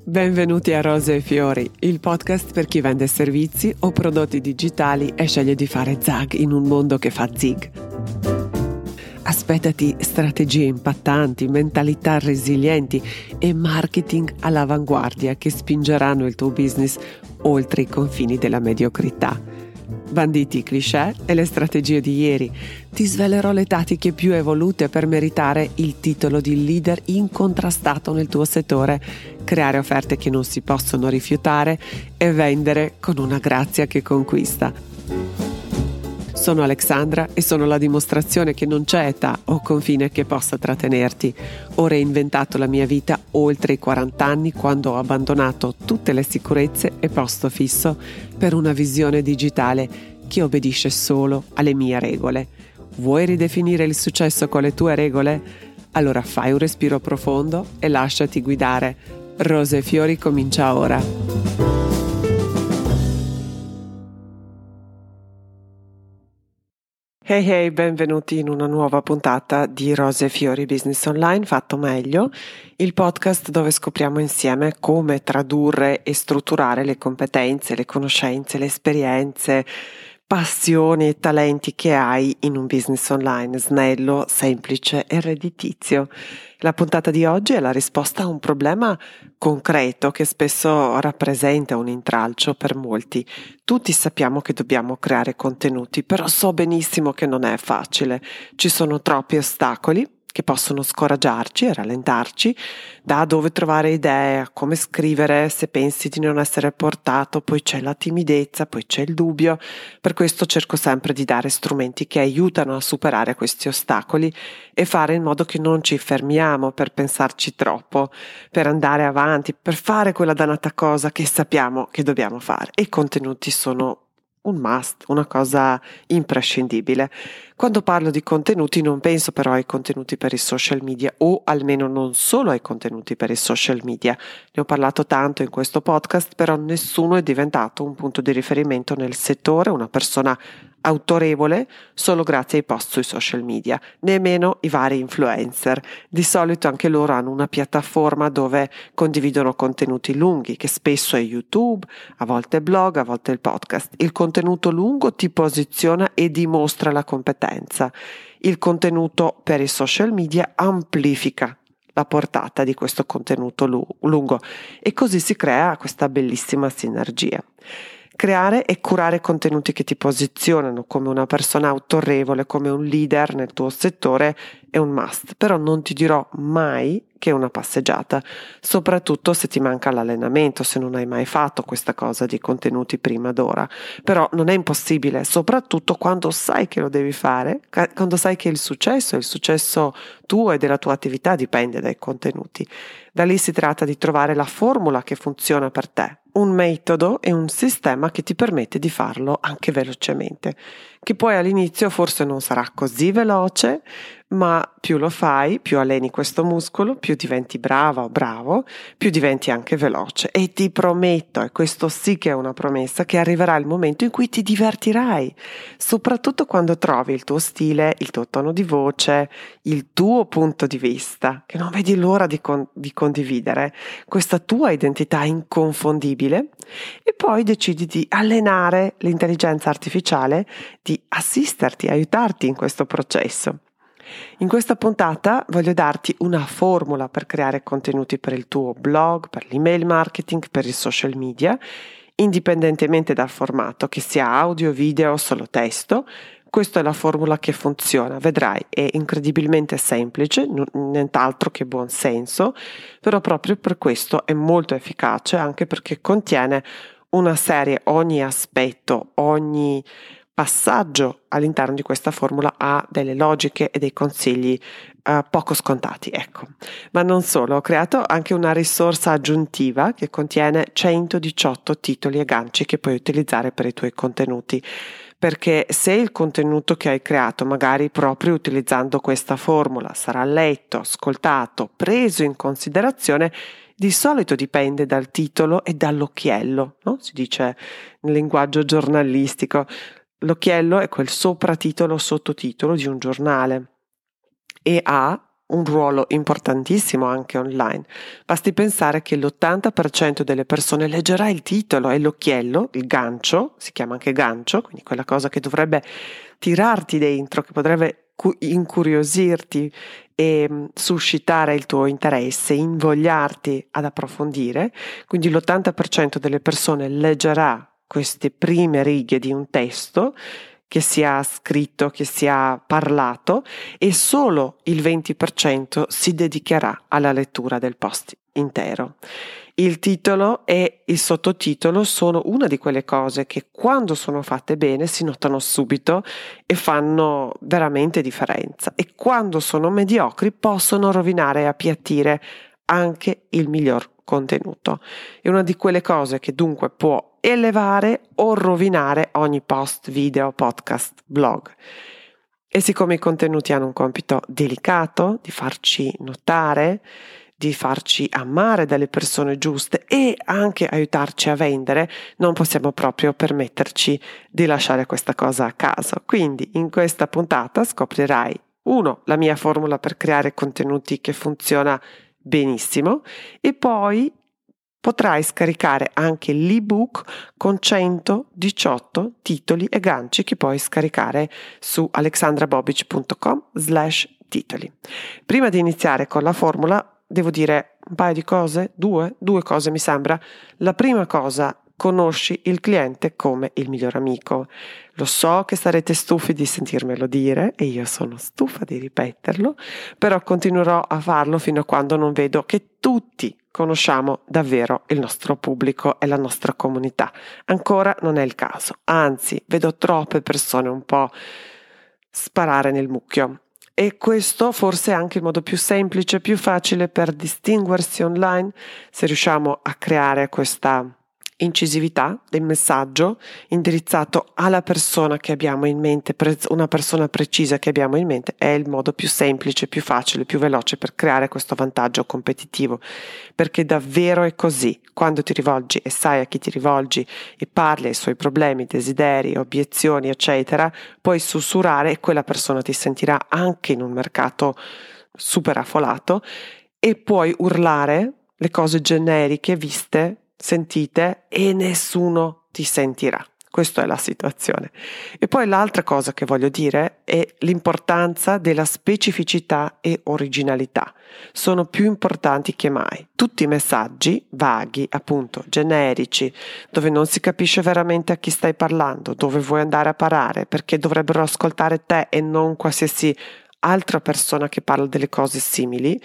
Benvenuti a Rose e Fiori, il podcast per chi vende servizi o prodotti digitali e sceglie di fare zag in un mondo che fa zig. Aspettati strategie impattanti, mentalità resilienti e marketing all'avanguardia che spingeranno il tuo business oltre i confini della mediocrità. Banditi i cliché e le strategie di ieri, ti svelerò le tattiche più evolute per meritare il titolo di leader incontrastato nel tuo settore, creare offerte che non si possono rifiutare e vendere con una grazia che conquista. Sono Alexandra e sono la dimostrazione che non c'è età o confine che possa trattenerti. Ho reinventato la mia vita oltre i 40 anni quando ho abbandonato tutte le sicurezze e posto fisso per una visione digitale che obbedisce solo alle mie regole. Vuoi ridefinire il successo con le tue regole? Allora fai un respiro profondo e lasciati guidare. Rose e Fiori comincia ora. Hey, benvenuti in una nuova puntata di Rose e Fiori Business Online fatto meglio, il podcast dove scopriamo insieme come tradurre e strutturare le competenze, le conoscenze, le esperienze, passioni e talenti che hai in un business online snello, semplice e redditizio. La puntata di oggi è la risposta a un problema concreto che spesso rappresenta un intralcio per molti. Tutti sappiamo che dobbiamo creare contenuti, però so benissimo che non è facile. Ci sono troppi ostacoli che possono scoraggiarci e rallentarci, da dove trovare idee, a come scrivere se pensi di non essere portato, poi c'è la timidezza, poi c'è il dubbio. Per questo cerco sempre di dare strumenti che aiutano a superare questi ostacoli e fare in modo che non ci fermiamo per pensarci troppo, per andare avanti, per fare quella dannata cosa che sappiamo che dobbiamo fare. E i contenuti sono un must, una cosa imprescindibile. Quando parlo di contenuti non penso però ai contenuti per i social media, o almeno non solo ai contenuti per i social media. Ne ho parlato tanto in questo podcast, però nessuno è diventato un punto di riferimento nel settore, una persona autorevole solo grazie ai post sui social media, nemmeno i vari influencer. Di solito anche loro hanno una piattaforma dove condividono contenuti lunghi, che spesso è YouTube, a volte blog, a volte il podcast. Il contenuto lungo ti posiziona e dimostra la competenza. Il contenuto per i social media amplifica la portata di questo contenuto lungo e così si crea questa bellissima sinergia. Creare e curare contenuti che ti posizionano come una persona autorevole, come un leader nel tuo settore è un must, però non ti dirò mai che è una passeggiata, soprattutto se ti manca l'allenamento, se non hai mai fatto questa cosa di contenuti prima d'ora. Però non è impossibile, soprattutto quando sai che lo devi fare, quando sai che il successo tuo e della tua attività dipende dai contenuti. Da lì si tratta di trovare la formula che funziona per te, un metodo e un sistema che ti permette di farlo anche velocemente, che poi all'inizio forse non sarà così veloce, ma più lo fai, più alleni questo muscolo, più diventi brava o bravo, più diventi anche veloce. E ti prometto, e questo sì che è una promessa, che arriverà il momento in cui ti divertirai, soprattutto quando trovi il tuo stile, il tuo tono di voce, il tuo punto di vista, che non vedi l'ora di condividere, questa tua identità inconfondibile, e poi decidi di allenare l'intelligenza artificiale, di assisterti, aiutarti in questo processo. In questa puntata voglio darti una formula per creare contenuti per il tuo blog, per l'email marketing, per i social media, indipendentemente dal formato, che sia audio, video o solo testo. Questa è la formula che funziona, vedrai, è incredibilmente semplice, nient'altro che buon senso, però proprio per questo è molto efficace, anche perché contiene una serie, ogni aspetto, ogni passaggio all'interno di questa formula ha delle logiche e dei consigli poco scontati, ecco. Ma non solo, ho creato anche una risorsa aggiuntiva che contiene 118 titoli e ganci che puoi utilizzare per i tuoi contenuti, perché se il contenuto che hai creato, magari proprio utilizzando questa formula, sarà letto, ascoltato, preso in considerazione, di solito dipende dal titolo e dall'occhiello, no? Si dice nel linguaggio giornalistico. L'occhiello è quel sopratitolo o sottotitolo di un giornale e ha un ruolo importantissimo anche online. Basti pensare che l'80% delle persone leggerà il titolo e l'occhiello, il gancio, si chiama anche gancio, quindi quella cosa che dovrebbe tirarti dentro, che potrebbe incuriosirti e suscitare il tuo interesse, invogliarti ad approfondire. Quindi l'80% delle persone leggerà queste prime righe di un testo, che sia scritto, che sia parlato, e solo il 20% si dedicherà alla lettura del post intero. Il titolo e il sottotitolo sono una di quelle cose che quando sono fatte bene si notano subito e fanno veramente differenza, e quando sono mediocri possono rovinare e appiattire anche il miglior contenuto. È una di quelle cose che dunque può elevare o rovinare ogni post, video, podcast, blog. E siccome i contenuti hanno un compito delicato di farci notare, di farci amare dalle persone giuste e anche aiutarci a vendere, non possiamo proprio permetterci di lasciare questa cosa a caso. Quindi in questa puntata scoprirai 1. La mia formula per creare contenuti che funziona benissimo, e poi potrai scaricare anche l'ebook con 118 titoli e ganci che puoi scaricare su alexandrabobic.com/titoli. Prima di iniziare con la formula devo dire un paio di cose, due cose mi sembra. La prima cosa: conosci il cliente come il miglior amico. Lo so che sarete stufi di sentirmelo dire e io sono stufa di ripeterlo, però continuerò a farlo fino a quando non vedo che tutti conosciamo davvero il nostro pubblico e la nostra comunità. Ancora non è il caso, anzi vedo troppe persone un po' sparare nel mucchio. E questo forse è anche il modo più semplice, più facile per distinguersi online, se riusciamo a creare questa incisività del messaggio indirizzato alla persona che abbiamo in mente, una persona precisa che abbiamo in mente. È il modo più semplice, più facile, più veloce per creare questo vantaggio competitivo, perché davvero è così. Quando ti rivolgi e sai a chi ti rivolgi e parli ai suoi problemi, desideri, obiezioni, eccetera, puoi sussurrare e quella persona ti sentirà anche in un mercato super affolato, e puoi urlare le cose generiche viste, sentite, e nessuno ti sentirà. Questa è la situazione. E poi l'altra cosa che voglio dire è l'importanza della specificità e originalità. Sono più importanti che mai. Tutti i messaggi vaghi, appunto, generici, dove non si capisce veramente a chi stai parlando, dove vuoi andare a parare, perché dovrebbero ascoltare te e non qualsiasi altra persona che parla delle cose simili,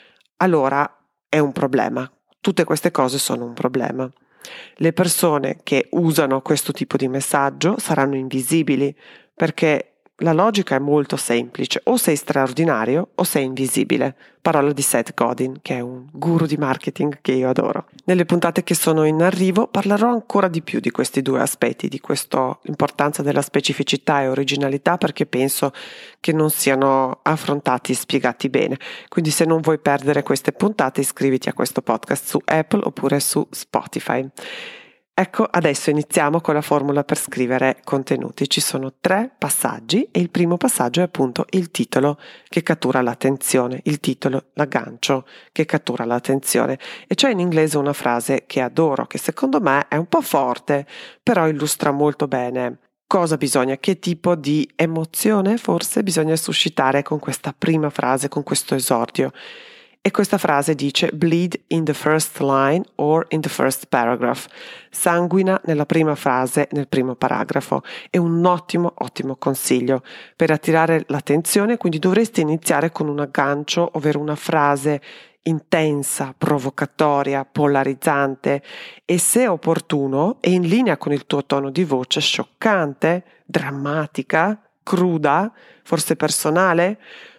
allora è un problema. Tutte queste cose sono un problema. Le persone che usano questo tipo di messaggio saranno invisibili, perché la logica è molto semplice: o sei straordinario o sei invisibile. Parola di Seth Godin, che è un guru di marketing che io adoro. Nelle puntate che sono in arrivo parlerò ancora di più di questi due aspetti, di questa importanza della specificità e originalità, perché penso che non siano affrontati e spiegati bene. Quindi se non vuoi perdere queste puntate, iscriviti a questo podcast su Apple oppure su Spotify. Ecco, adesso iniziamo con la formula per scrivere contenuti. Ci sono 3 passaggi e il primo passaggio è appunto il titolo che cattura l'attenzione, il titolo, l'aggancio che cattura l'attenzione. E c'è in inglese una frase che adoro, che secondo me è un po' forte, però illustra molto bene cosa bisogna, che tipo di emozione forse bisogna suscitare con questa prima frase, con questo esordio. E questa frase dice: bleed in the first line or in the first paragraph. Sanguina nella prima frase, nel primo paragrafo. È un ottimo consiglio per attirare l'attenzione, quindi dovresti iniziare con un aggancio, ovvero una frase intensa, provocatoria, polarizzante e, se opportuno e in linea con il tuo tono di voce, scioccante, drammatica, cruda, forse personale.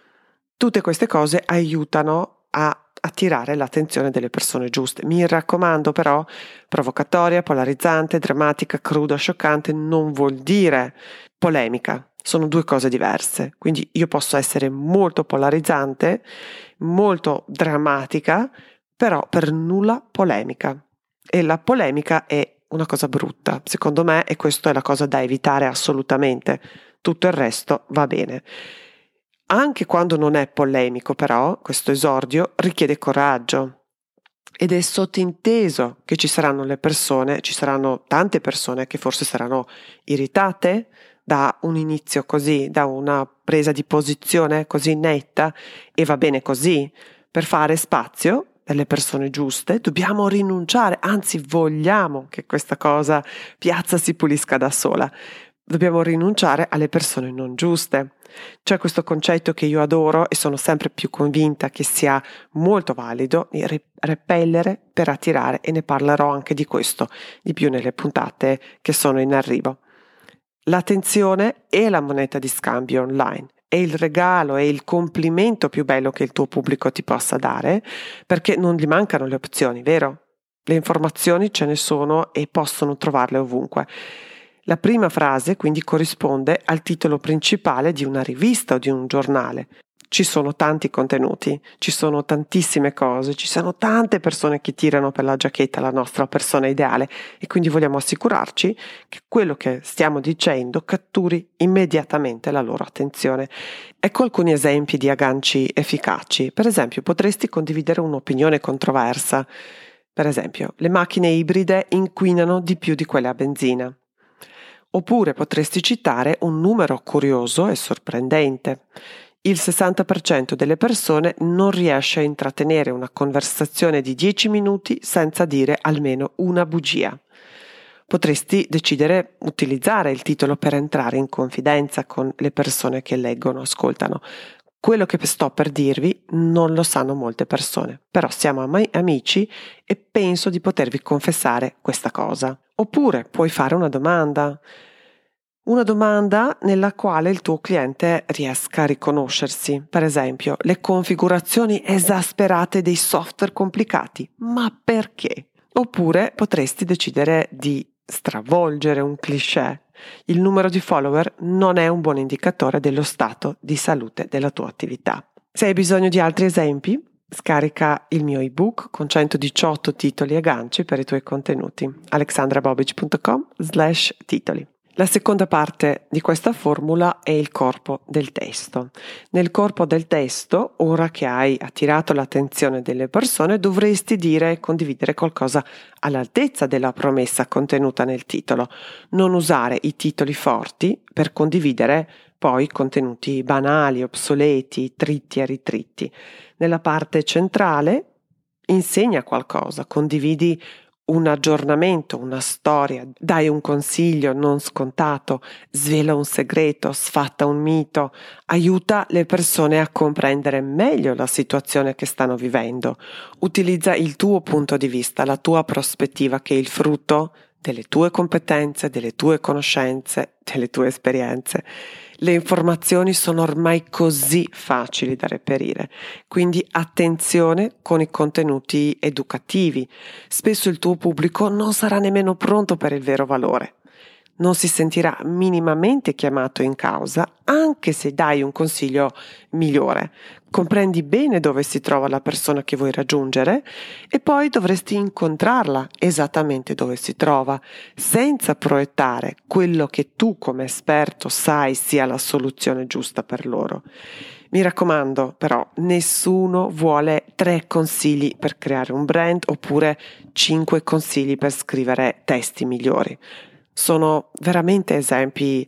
Tutte queste cose aiutano a attirare l'attenzione delle persone giuste. Mi raccomando però, provocatoria, polarizzante, drammatica, cruda, scioccante non vuol dire polemica. Sono 2 cose diverse. Quindi io posso essere molto polarizzante, molto drammatica, però per nulla polemica. E la polemica è una cosa brutta, secondo me, e questa è la cosa da evitare assolutamente. Tutto il resto va bene. Anche quando non è polemico, però, questo esordio richiede coraggio. Ed è sottinteso che ci saranno tante persone che forse saranno irritate da un inizio così, da una presa di posizione così netta, e va bene così. Per fare spazio per le persone giuste dobbiamo rinunciare, anzi vogliamo che questa piazza si pulisca da sola. Dobbiamo rinunciare alle persone non giuste. C'è questo concetto che io adoro e sono sempre più convinta che sia molto valido, di repellere per attirare, e ne parlerò anche di questo di più nelle puntate che sono in arrivo. L'attenzione è la moneta di scambio online, è il regalo, è il complimento più bello che il tuo pubblico ti possa dare, perché non gli mancano le opzioni, vero? Le informazioni ce ne sono e possono trovarle ovunque. La prima frase quindi corrisponde al titolo principale di una rivista o di un giornale. Ci sono tanti contenuti, ci sono tantissime cose, ci sono tante persone che tirano per la giacchetta la nostra persona ideale, e quindi vogliamo assicurarci che quello che stiamo dicendo catturi immediatamente la loro attenzione. Ecco alcuni esempi di agganci efficaci. Per esempio, potresti condividere un'opinione controversa. Per esempio, le macchine ibride inquinano di più di quelle a benzina. Oppure potresti citare un numero curioso e sorprendente. Il 60% delle persone non riesce a intrattenere una conversazione di 10 minuti senza dire almeno una bugia. Potresti decidere utilizzare il titolo per entrare in confidenza con le persone che leggono, ascoltano. Quello che sto per dirvi non lo sanno molte persone, però siamo amici e penso di potervi confessare questa cosa. Oppure puoi fare una domanda nella quale il tuo cliente riesca a riconoscersi. Per esempio, le configurazioni esasperate dei software complicati. Ma perché? Oppure potresti decidere di stravolgere un cliché. Il numero di follower non è un buon indicatore dello stato di salute della tua attività. Se hai bisogno di altri esempi, scarica il mio ebook con 118 titoli e ganci per i tuoi contenuti. alexandrabobic.com/titoli. La seconda parte di questa formula è il corpo del testo. Nel corpo del testo, ora che hai attirato l'attenzione delle persone, dovresti dire e condividere qualcosa all'altezza della promessa contenuta nel titolo. Non usare i titoli forti per condividere poi contenuti banali, obsoleti, tritti e ritritti. Nella parte centrale insegna qualcosa, condividi un aggiornamento, una storia, dai un consiglio non scontato, svela un segreto, sfatta un mito, aiuta le persone a comprendere meglio la situazione che stanno vivendo. Utilizza il tuo punto di vista, la tua prospettiva, che è il frutto delle tue competenze, delle tue conoscenze, delle tue esperienze. Le informazioni sono ormai così facili da reperire, quindi attenzione con i contenuti educativi. Spesso il tuo pubblico non sarà nemmeno pronto per il vero valore. Non si sentirà minimamente chiamato in causa, anche se dai un consiglio migliore. Comprendi bene dove si trova la persona che vuoi raggiungere e poi dovresti incontrarla esattamente dove si trova, senza proiettare quello che tu come esperto sai sia la soluzione giusta per loro. Mi raccomando, però, nessuno vuole 3 consigli per creare un brand oppure 5 consigli per scrivere testi migliori. Sono veramente esempi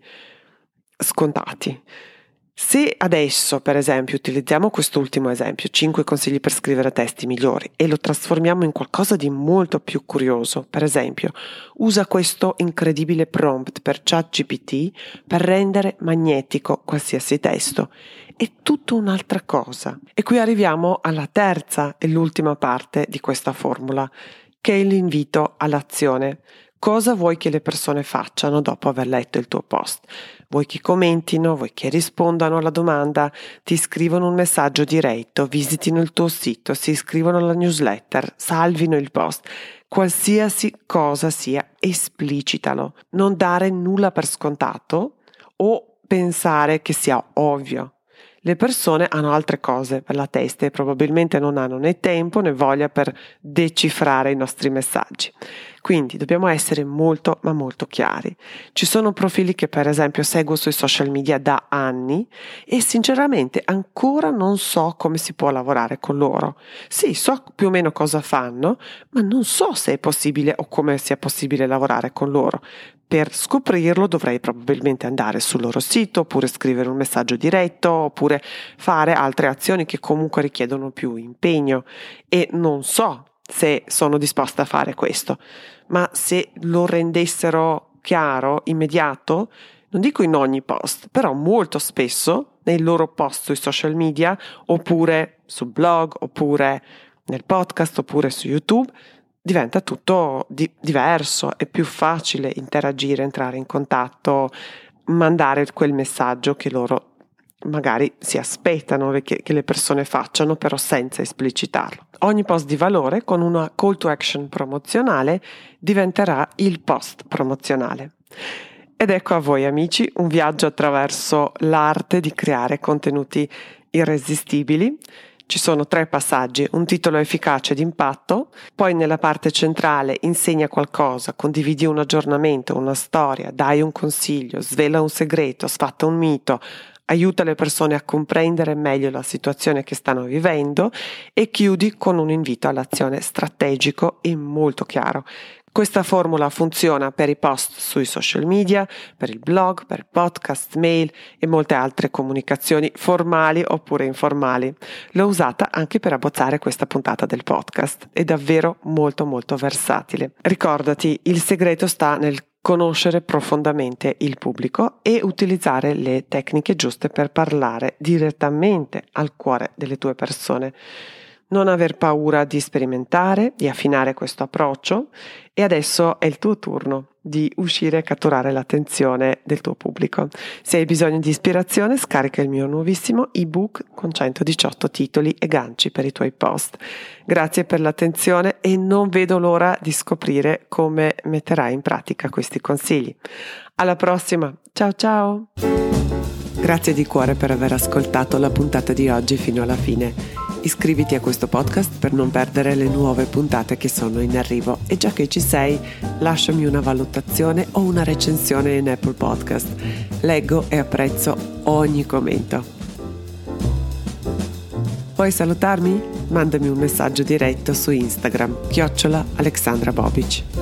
scontati. Se adesso, per esempio, utilizziamo quest'ultimo esempio, 5 consigli per scrivere testi migliori, e lo trasformiamo in qualcosa di molto più curioso, per esempio, usa questo incredibile prompt per ChatGPT per rendere magnetico qualsiasi testo. È tutta un'altra cosa. E qui arriviamo alla terza e l'ultima parte di questa formula, che è l'invito all'azione. Cosa vuoi che le persone facciano dopo aver letto il tuo post? Vuoi che commentino, vuoi che rispondano alla domanda, ti scrivono un messaggio diretto, visitino il tuo sito, si iscrivono alla newsletter, salvino il post. Qualsiasi cosa sia, esplicitalo. Non dare nulla per scontato o pensare che sia ovvio. Le persone hanno altre cose per la testa e probabilmente non hanno né tempo né voglia per decifrare i nostri messaggi. Quindi dobbiamo essere molto ma molto chiari. Ci sono profili che per esempio seguo sui social media da anni e sinceramente ancora non so come si può lavorare con loro. Sì, so più o meno cosa fanno, ma non so se è possibile o come sia possibile lavorare con loro. Per scoprirlo dovrei probabilmente andare sul loro sito, oppure scrivere un messaggio diretto, oppure fare altre azioni che comunque richiedono più impegno e non so se sono disposta a fare questo, ma se lo rendessero chiaro, immediato, non dico in ogni post, però molto spesso nei loro post sui social media, oppure sul blog, oppure nel podcast, oppure su YouTube, diventa tutto diverso, è più facile interagire, entrare in contatto, mandare quel messaggio che loro magari si aspettano che le persone facciano, però senza esplicitarlo. Ogni post di valore con una call to action promozionale diventerà il post promozionale. Ed ecco a voi amici un viaggio attraverso l'arte di creare contenuti irresistibili. Ci sono 3 passaggi: un titolo efficace d'impatto, poi nella parte centrale insegna qualcosa, condividi un aggiornamento, una storia, dai un consiglio, svela un segreto, sfatta un mito, aiuta le persone a comprendere meglio la situazione che stanno vivendo e chiudi con un invito all'azione strategico e molto chiaro. Questa formula funziona per i post sui social media, per il blog, per il podcast, mail e molte altre comunicazioni formali oppure informali. L'ho usata anche per abbozzare questa puntata del podcast. È davvero molto molto versatile. Ricordati, il segreto sta nel conoscere profondamente il pubblico e utilizzare le tecniche giuste per parlare direttamente al cuore delle tue persone. Non aver paura di sperimentare, di affinare questo approccio e adesso è il tuo turno di uscire e catturare l'attenzione del tuo pubblico. Se hai bisogno di ispirazione, scarica il mio nuovissimo ebook con 118 titoli e ganci per i tuoi post. Grazie per l'attenzione e non vedo l'ora di scoprire come metterai in pratica questi consigli. Alla prossima, ciao ciao! Grazie di cuore per aver ascoltato la puntata di oggi fino alla fine. Iscriviti a questo podcast per non perdere le nuove puntate che sono in arrivo e già che ci sei, lasciami una valutazione o una recensione in Apple Podcast. Leggo e apprezzo ogni commento. Puoi salutarmi? Mandami un messaggio diretto su Instagram, @AlexandraBobic.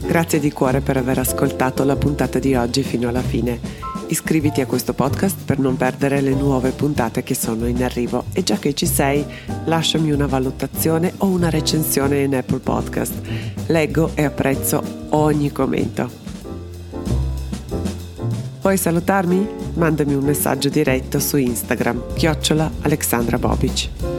Grazie di cuore per aver ascoltato la puntata di oggi fino alla fine. Iscriviti a questo podcast per non perdere le nuove puntate che sono in arrivo e già che ci sei, lasciami una valutazione o una recensione in Apple Podcast. Leggo e apprezzo ogni commento. Vuoi salutarmi? Mandami un messaggio diretto su Instagram, @AlexandraBobic.